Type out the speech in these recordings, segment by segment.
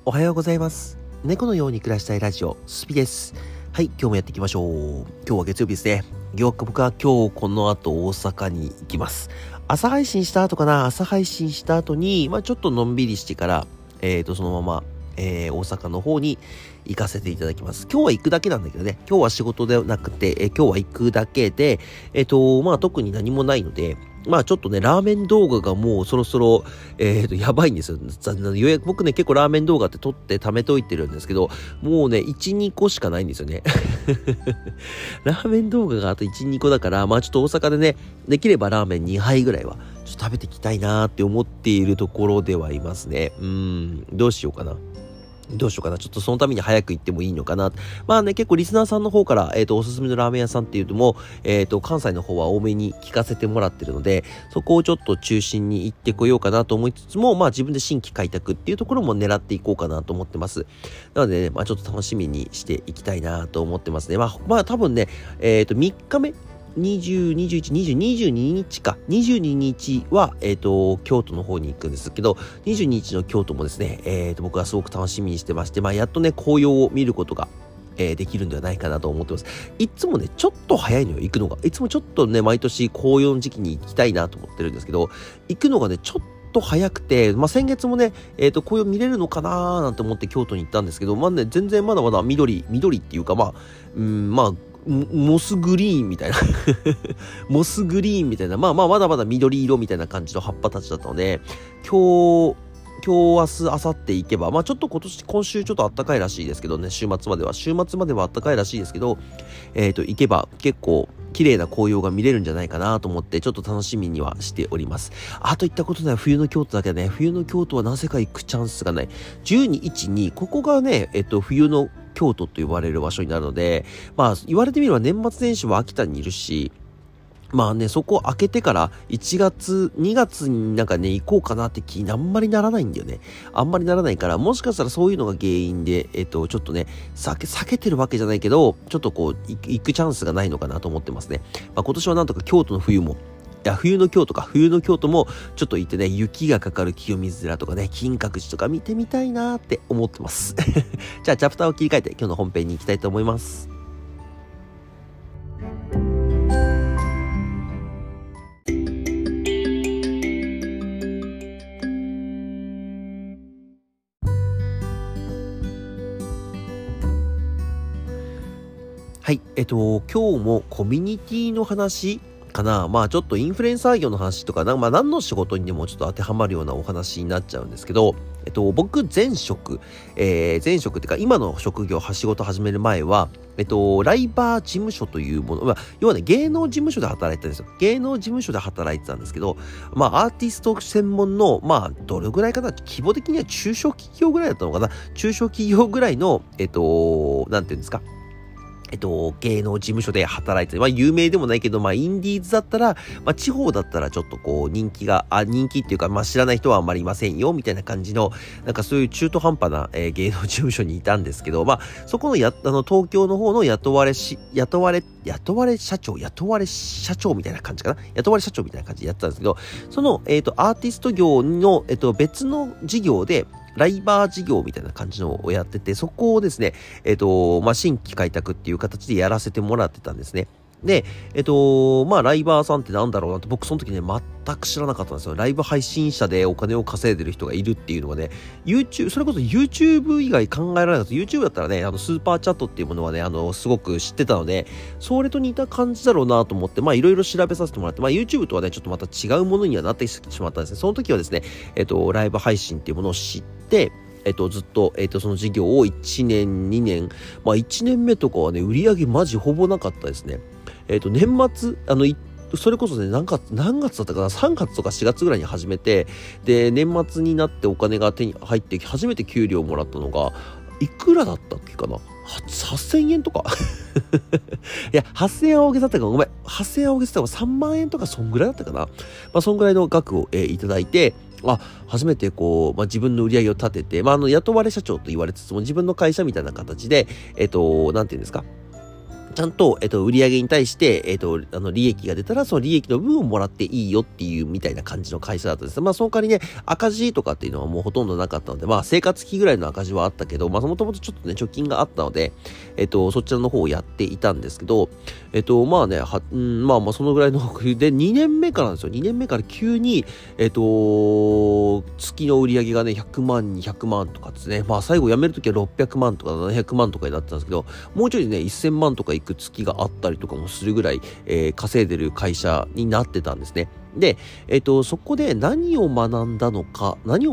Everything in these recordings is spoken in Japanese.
おはようございます。猫のように暮らしたいラジオ、すぴです。はい、今日もやっていきましょう。今日は月曜日ですね。僕は今日この後大阪に行きます。朝配信した後に、ちょっとのんびりしてから、そのまま、大阪の方に行かせていただきます。今日は行くだけなんだけどね。今日は仕事ではなくて、今日は行くだけで、特に何もないので、ちょっとね、ラーメン動画がもうそろそろ、やばいんですよ。僕ね、結構ラーメン動画って撮って貯めといてるんですけど、もうね、1、2個しかないんですよね。ラーメン動画があと1、2個だから、ちょっと大阪でね、できればラーメン2杯ぐらいは、ちょっと食べていきたいなーって思っているところではいますね。どうしようかな。ちょっとそのために早く行ってもいいのかな。結構リスナーさんの方から、おすすめのラーメン屋さんっていうのも、関西の方は多めに聞かせてもらってるので、そこをちょっと中心に行ってこようかなと思いつつも、自分で新規開拓っていうところも狙っていこうかなと思ってます。なのでね、ちょっと楽しみにしていきたいなと思ってますね。多分ね、3日目20、21、20、22日か。22日は、京都の方に行くんですけど、22日の京都もですね、僕はすごく楽しみにしてまして、やっとね、紅葉を見ることが、できるんではないかなと思ってます。いつもね、ちょっと早いのよ、行くのが。いつもちょっとね、毎年紅葉の時期に行きたいなと思ってるんですけど、行くのがね、ちょっと早くて、先月もね、紅葉見れるのかなーなんて思って京都に行ったんですけど、全然まだまだ緑っていうか、モスグリーンみたいなモスグリーンみたいな、まだまだ緑色みたいな感じの葉っぱたちだったので、今日、明日、明後日行けば、ちょっと今週ちょっと暖かいらしいですけどね、週末までは暖かいらしいですけど、行けば結構綺麗な紅葉が見れるんじゃないかなと思って、ちょっと楽しみにはしております。あと行ったことない冬の京都だけどね、冬の京都はなぜか行くチャンスがない。12、1、2、ここがね、冬の京都と呼ばれる場所になるので、言われてみれば年末年始は秋田にいるし、そこを開けてから1月、2月に行こうかなって気にあんまりならないんだよね。あんまりならないから、もしかしたらそういうのが原因で、ちょっとね、避けてるわけじゃないけど、ちょっと行くチャンスがないのかなと思ってますね。今年はなんとか京都の冬も、冬の京都もちょっと行ってね、雪がかかる清水寺とかね、金閣寺とか見てみたいなーって思ってます。じゃあ、チャプターを切り替えて今日の本編に行きたいと思います。はい、今日もコミュニティの話かな。ちょっとインフルエンサー業の話とか、何の仕事にでもちょっと当てはまるようなお話になっちゃうんですけど、僕前職っていうか今の職業、仕事始める前は、ライバー事務所というもの、要はね、芸能事務所で働いてたんですよ。芸能事務所で働いてたんですけど、アーティスト専門の、どれぐらいかな、規模的には中小企業ぐらいだったのかな。中小企業ぐらいの、なんていうんですか。芸能事務所で働いて、有名でもないけど、インディーズだったら、地方だったらちょっと人気っていうか、知らない人はあんまりいませんよ、みたいな感じの、そういう中途半端な、芸能事務所にいたんですけど、そこの東京の方の雇われ社長みたいな感じかな。雇われ社長みたいな感じでやってたんですけど、その、アーティスト業の、別の事業で、ライバー事業みたいな感じのをやってて、そこをですね、新規開拓っていう形でやらせてもらってたんですね。で、ライバーさんってなんだろうなって、僕その時ね、全く知らなかったんですよ。ライブ配信者でお金を稼いでる人がいるっていうのがね、それこそ YouTube 以外考えられなかった。YouTube だったらね、スーパーチャットっていうものはね、すごく知ってたので、それと似た感じだろうなと思って、いろいろ調べさせてもらって、YouTube とはね、ちょっとまた違うものにはなってしまったんですね。その時はですね、ライブ配信っていうものを知って、ずっと、その事業を1年、2年、1年目とかはね、売り上げマジほぼなかったですね。年末、それこそね、何月だったかな ?3 月とか4月ぐらいに始めて、で、年末になってお金が手に入って、初めて給料をもらったのが、いくらだったっけかな ?8000 円とかいや、8000円は大げさだったかごめん。8000円は大げさだったか3万円とかそんぐらいだったかなそんぐらいの額を、いただいて、初めて自分の売り上げを立てて、雇われ社長と言われつつも自分の会社みたいな形で、なんていうんですかちゃんと、売上に対して、利益が出たら、その利益の分をもらっていいよっていうみたいな感じの会社だったんです。まあ、その代わりね、赤字とかっていうのはもうほとんどなかったので、まあ、生活費ぐらいの赤字はあったけど、まあ、もともとちょっとね、貯金があったので、そちらの方をやっていたんですけど、まあね、まあ、そのぐらいの、で、2年目からなんですよ。2年目から急に、月の売り上げがね、100万、200万とかですね。まあ、最後辞めるときは600万とか700万とかになってたんですけど、もうちょいね、1000万とかいく月があったりとかもするぐらい、稼いでる会社になってたんですね。で、そこで何を学んだ話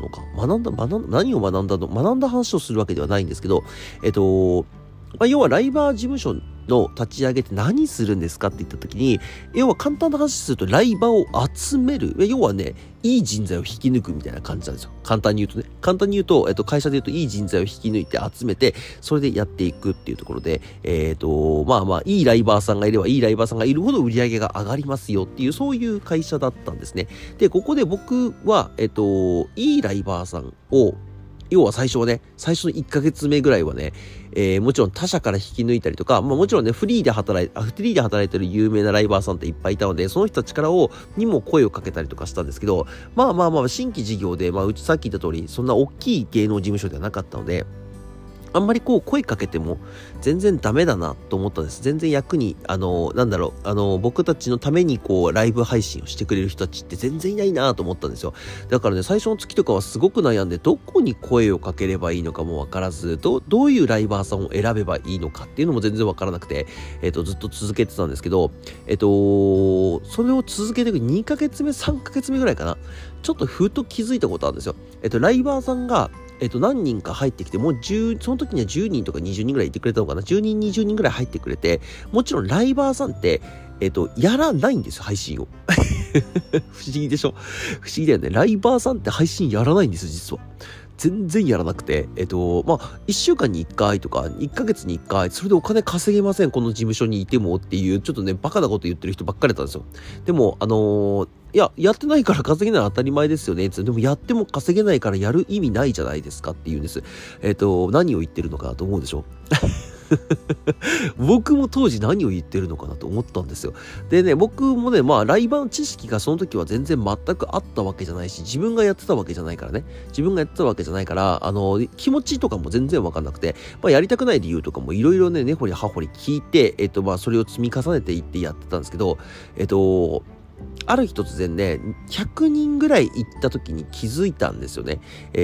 をするわけではないんですけど、まあ、要はライバー事務所の立ち上げって何するんですかって言った時に、要は簡単な話するとライバーを集める。要はね、いい人材を引き抜くみたいな感じなんですよ。簡単に言うと、会社で言うといい人材を引き抜いて集めて、それでやっていくっていうところで、まあまあ、いいライバーさんがいればいいライバーさんがいるほど売り上げが上がりますよっていう、そういう会社だったんですね。で、ここで僕は、いいライバーさんを、要は最初の1ヶ月目ぐらいはね、もちろん他社から引き抜いたりとか、まあもちろんね、フリーで働いてる有名なライバーさんっていっぱいいたので、その人たちにも声をかけたりとかしたんですけど、まあ、新規事業で、うちさっき言った通り、そんな大きい芸能事務所ではなかったので、あんまり声かけても全然ダメだなと思ったんです。全然役に、僕たちのためにライブ配信をしてくれる人たちって全然いないなと思ったんですよ。だからね、最初の月とかはすごく悩んで、どこに声をかければいいのかもわからず、どういうライバーさんを選べばいいのかっていうのも全然わからなくて、ずっと続けてたんですけど、それを続けていく2ヶ月目、3ヶ月目ぐらいかな。ちょっとふと気づいたことあるんですよ。ライバーさんが、何人か入ってきて、もうその時には10人とか20人ぐらいいてくれたのかな。10人、20人ぐらい入ってくれて、もちろんライバーさんって、やらないんですよ、配信を。不思議でしょ？不思議だよね。ライバーさんって配信やらないんですよ、実は。全然やらなくて、1週間に1回とか、1ヶ月に1回、それでお金稼げません、この事務所にいてもっていう、ちょっとね、バカなこと言ってる人ばっかりだったんですよ。でも、やってないから稼げないのは当たり前ですよね。でもやっても稼げないからやる意味ないじゃないですかっていうんです。何を言ってるのかなと思うでしょ僕も当時何を言ってるのかなと思ったんですよ。でね、僕もね、ライバーの知識がその時は全然全くあったわけじゃないし、自分がやってたわけじゃないから、気持ちとかも全然わかんなくて、やりたくない理由とかもいろいろね、根掘り葉掘り聞いて、それを積み重ねていってやってたんですけど、ある日突然ね、100人ぐらい行った時に気づいたんですよね。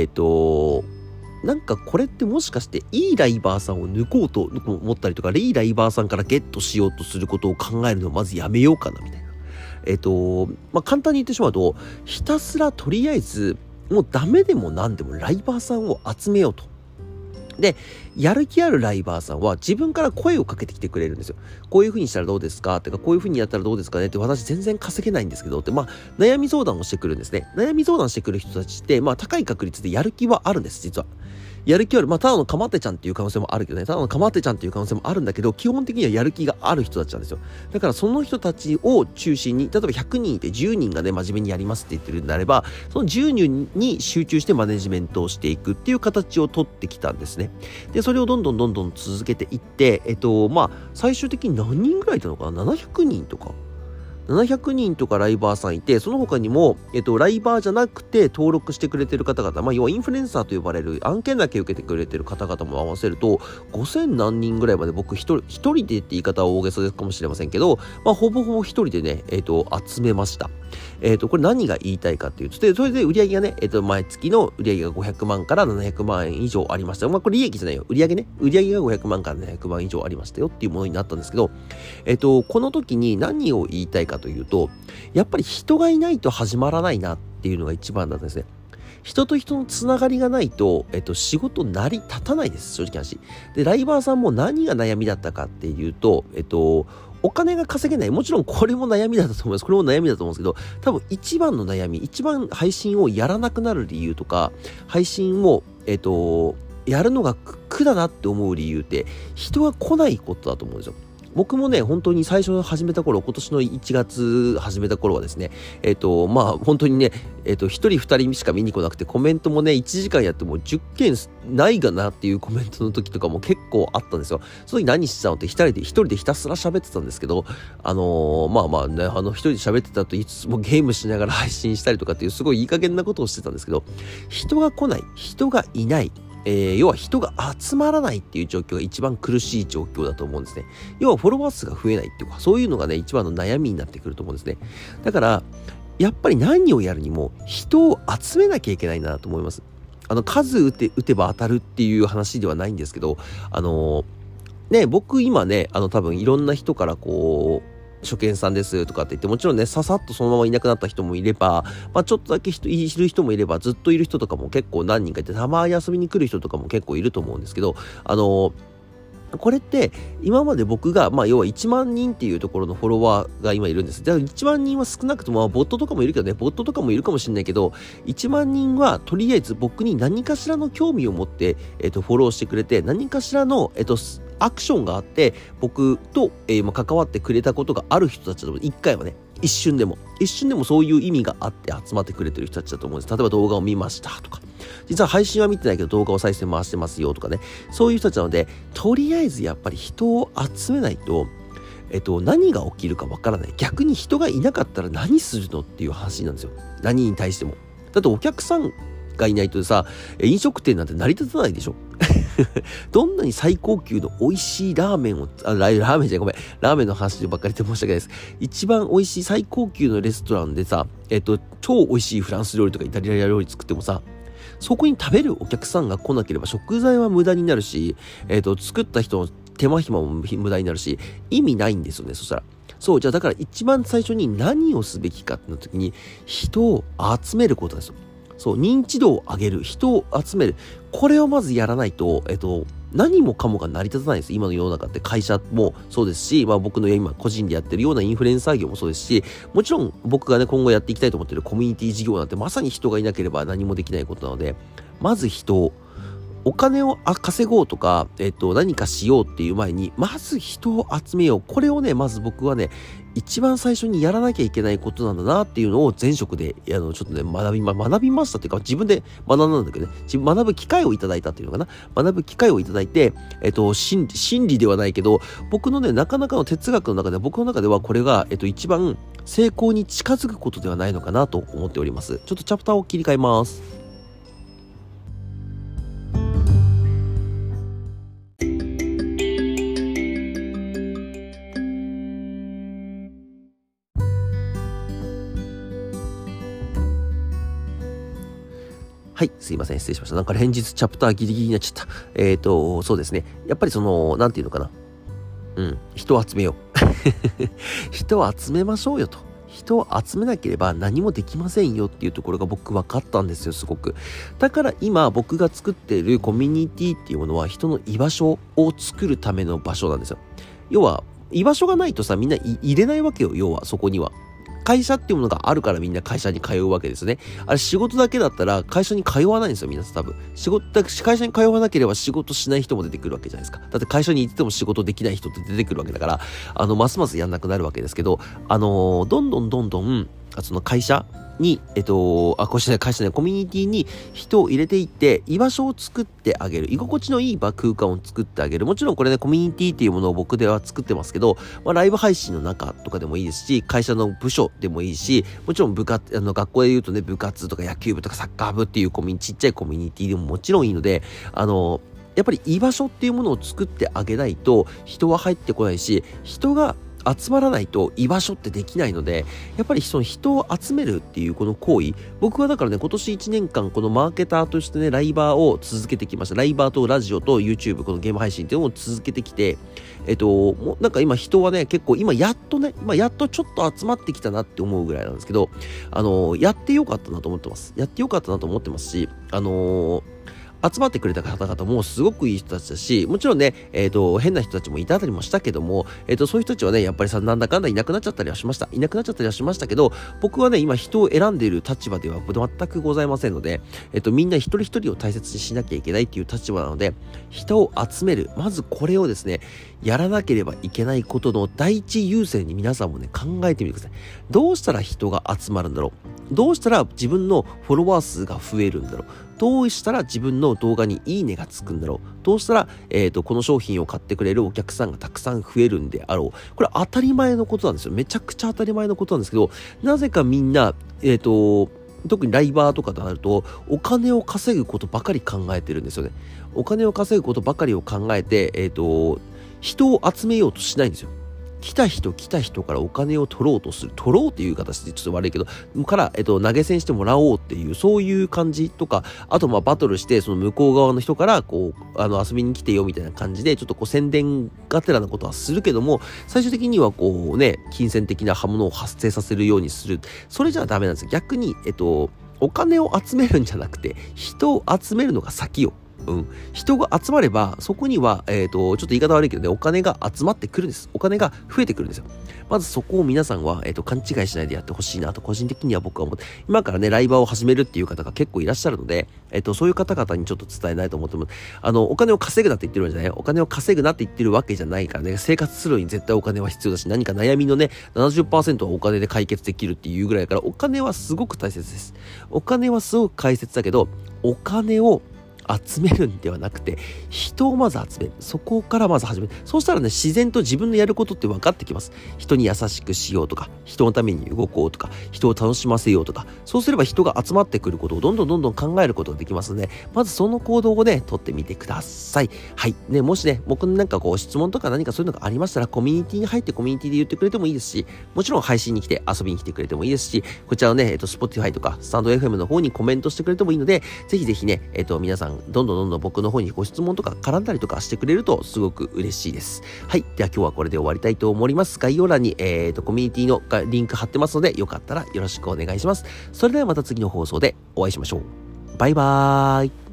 なんかこれってもしかしていいライバーさんを抜こうと思ったりとか、いいライバーさんからゲットしようとすることを考えるのをまずやめようかなみたいな。簡単に言ってしまうと、ひたすらとりあえずもうダメでも何でもライバーさんを集めようと。で、やる気あるライバーさんは自分から声をかけてきてくれるんですよ。こういう風にしたらどうですかとか、こういう風にやったらどうですかねって、私全然稼げないんですけどって、悩み相談をしてくるんですね。悩み相談してくる人たちって、高い確率でやる気はあるんです、実は。やる気ある。ただのかまってちゃんっていう可能性もあるけどね。ただのかまってちゃんっていう可能性もあるんだけど、基本的にはやる気がある人たちなんですよ。だからその人たちを中心に、例えば100人いて10人がね、真面目にやりますって言ってるんであれば、その10人に集中してマネジメントをしていくっていう形を取ってきたんですね。で、それをどんどん続けていって、最終的に何人ぐらいいたのかな ?700 人とか。700人とかライバーさんいて、その他にも、ライバーじゃなくて登録してくれてる方々、要はインフルエンサーと呼ばれる案件だけ受けてくれてる方々も合わせると、5000何人ぐらいまで僕一人でって言い方は大げさかもしれませんけど、ほぼほぼ一人でね、集めました。これ何が言いたいかっていうと、それで売り上げがね、毎月の売り上げが500万から700万円以上ありました。これ利益じゃないよ。売り上げが500万から700万以上ありましたよっていうものになったんですけど、この時に何を言いたいかというと、やっぱり人がいないと始まらないなっていうのが一番なんですね。人と人のつながりがないと、仕事成り立たないです、正直な話。で、ライバーさんも何が悩みだったかっていうと、お金が稼げない。もちろんこれも悩みだったと思います。これも悩みだと思うんですけど、多分一番の悩み、一番配信をやらなくなる理由とか、配信を、やるのが苦だなって思う理由って、人が来ないことだと思うんですよ。 僕もね、本当に最初始めた頃、今年の1月始めた頃はですね、まあ本当にね、1人2人しか見に来なくて、コメントもね、1時間やっても10件ないがなっていうコメントの時とかも結構あったんですよ。その時何してたのって一人でひたすら喋ってたんですけど、まあまあね、一人で喋ってたと言いつつもゲームしながら配信したりとかっていうすごいいい加減なことをしてたんですけど、人が来ない、人がいない、要は人が集まらないっていう状況が一番苦しい状況だと思うんですね。要はフォロワー数が増えないっていうか、そういうのがね、一番の悩みになってくると思うんですね。だから、やっぱり何をやるにも人を集めなきゃいけないなと思います。数打てば当たるっていう話ではないんですけど、僕今ね、多分いろんな人からこう、初見さんですとかって言って、もちろんね、ささっとそのままいなくなった人もいれば、まあちょっとだけいる人もいれば、ずっといる人とかも結構何人かいて、たまに遊びに来る人とかも結構いると思うんですけど、これって今まで僕が要は1万人っていうところのフォロワーが今いるんです。だから1万人は少なくともボットとかもいるけどね、ボットとかもいるかもしれないけど、1万人はとりあえず僕に何かしらの興味を持って、フォローしてくれて、何かしらのアクションがあって僕と、関わってくれたことがある人たちだと、一回はね、一瞬でもそういう意味があって集まってくれてる人たちだと思うんです。例えば動画を見ましたとか、実は配信は見てないけど動画を再生回してますよとかね、そういう人たちなので、とりあえずやっぱり人を集めないと、何が起きるかわからない。逆に人がいなかったら何するのっていう話なんですよ。何に対しても。だってお客さんがいないとさ、飲食店なんて成り立たないでしょ。どんなに最高級の美味しいラーメンを、ラーメンの話ばっかりで申し訳ないです。一番美味しい最高級のレストランでさ、超美味しいフランス料理とかイタリア料理作ってもさ、そこに食べるお客さんが来なければ食材は無駄になるし、作った人の手間暇も無駄になるし、意味ないんですよね、そしたら。そう、じゃあだから一番最初に何をすべきかってなった時に、人を集めることですよ。そう、認知度を上げる、人を集める。これをまずやらないと、何もかもが成り立たないです。今の世の中って会社もそうですし、僕の今個人でやってるようなインフルエンサー業もそうですし、もちろん僕がね、今後やっていきたいと思ってるコミュニティ事業なんてまさに人がいなければ何もできないことなので、まず人を、お金を稼ごうとか、何かしようっていう前に、まず人を集めよう。これをね、まず僕はね、一番最初にやらなきゃいけないことなんだなっていうのを前職で、ちょっとね、学びましたっていうか、自分で学んだんだけどね、学ぶ機会をいただいたっていうのかな。学ぶ機会をいただいて、真理ではないけど、僕のね、なかなかの哲学の中で、僕の中ではこれが、一番成功に近づくことではないのかなと思っております。ちょっとチャプターを切り替えます。はい、すいません、失礼しました。なんか連日チャプターギリギリになっちゃった。そうですね。やっぱりなんていうのかな。人を集めよう。人を集めましょうよと。人を集めなければ何もできませんよっていうところが僕分かったんですよ、すごく。だから今僕が作っているコミュニティっていうものは人の居場所を作るための場所なんですよ。要は、居場所がないとさ、みんな入れないわけよ、要は、そこには。会社っていうものがあるからみんな会社に通うわけですね。あれ仕事だけだったら会社に通わないんですよ、皆さん多分。会社に通わなければ仕事しない人も出てくるわけじゃないですか。だって会社に行ってても仕事できない人って出てくるわけだから、ますますやんなくなるわけですけど、どんどん、その会社に、会社ね、コミュニティに人を入れていって、居場所を作ってあげる。居心地のいい空間を作ってあげる。もちろんこれね、コミュニティっていうものを僕では作ってますけど、ライブ配信の中とかでもいいですし、会社の部署でもいいし、もちろん学校で言うとね、部活とか野球部とかサッカー部っていうちっちゃいコミュニティでももちろんいいので、やっぱり居場所っていうものを作ってあげないと人は入ってこないし、人が集まらないと居場所ってできないので、やっぱりその人を集めるっていうこの行為、僕はだからね、今年1年間このマーケターとしてね、ライバーを続けてきました。ライバーとラジオと YouTube、このゲーム配信っていうのを続けてきて、もうなんか今人はね、結構今やっとちょっと集まってきたなって思うぐらいなんですけど、やってよかったなと思ってます。やってよかったなと思ってますし、 集まってくれた方々もすごくいい人たちだし、もちろんね、変な人たちもいたりもしたけども、そういう人たちはね、やっぱりさ、なんだかんだいなくなっちゃったりはしました。いなくなっちゃったりはしましたけど、僕はね、今人を選んでいる立場では全くございませんので、みんな一人一人を大切にしなきゃいけないっていう立場なので、人を集める。まずこれをですね、やらなければいけないことの第一優先に皆さんもね、考えてみてください。どうしたら人が集まるんだろう。どうしたら自分のフォロワー数が増えるんだろう。どうしたら自分の動画にいいねがつくんだろう。どうしたら、この商品を買ってくれるお客さんがたくさん増えるんであろう。これ当たり前のことなんですよ。めちゃくちゃ当たり前のことなんですけど、なぜかみんな、特にライバーとかとなると、お金を稼ぐことばかり考えてるんですよね。お金を稼ぐことばかりを考えて、人を集めようとしないんですよ。来た人からお金を取ろうとする。取ろうっていう形でちょっと悪いけど、から、投げ銭してもらおうっていう、そういう感じとか、あとバトルして、その向こう側の人から、遊びに来てよみたいな感じで、ちょっと宣伝がてらなことはするけども、最終的には金銭的な刃物を発生させるようにする。それじゃダメなんですよ。逆に、お金を集めるんじゃなくて、人を集めるのが先よ。人が集まれば、そこには、ちょっと言い方悪いけどね、お金が集まってくるんです。お金が増えてくるんですよ。まずそこを皆さんは、勘違いしないでやってほしいなと、個人的には僕は思って、今からね、ライバーを始めるっていう方が結構いらっしゃるので、そういう方々にちょっと伝えないと思っても、お金を稼ぐなって言ってるんじゃない？お金を稼ぐなって言ってるわけじゃないからね、生活するのに絶対お金は必要だし、何か悩みのね、70% はお金で解決できるっていうぐらいから、お金はすごく大切です。お金はすごく大切だけど、お金を集めるんではなくて、人をまず集める。そこからまず始める。そうしたらね、自然と自分のやることって分かってきます。人に優しくしようとか、人のために動こうとか、人を楽しませようとか、そうすれば人が集まってくることをどんどん考えることができますので、まずその行動をね、取ってみてください。はい。ね、もしね、僕のなんか質問とか何かそういうのがありましたら、コミュニティに入ってコミュニティで言ってくれてもいいですし、もちろん配信に来て遊びに来てくれてもいいですし、こちらのね、Spotify とか、スタンド FM の方にコメントしてくれてもいいので、ぜひぜひね、皆さん、どんどん僕の方にご質問とか絡んだりとかしてくれるとすごく嬉しいです。はい。では今日はこれで終わりたいと思います。概要欄に、コミュニティのリンク貼ってますので、よかったらよろしくお願いします。それではまた次の放送でお会いしましょう。バイバーイ。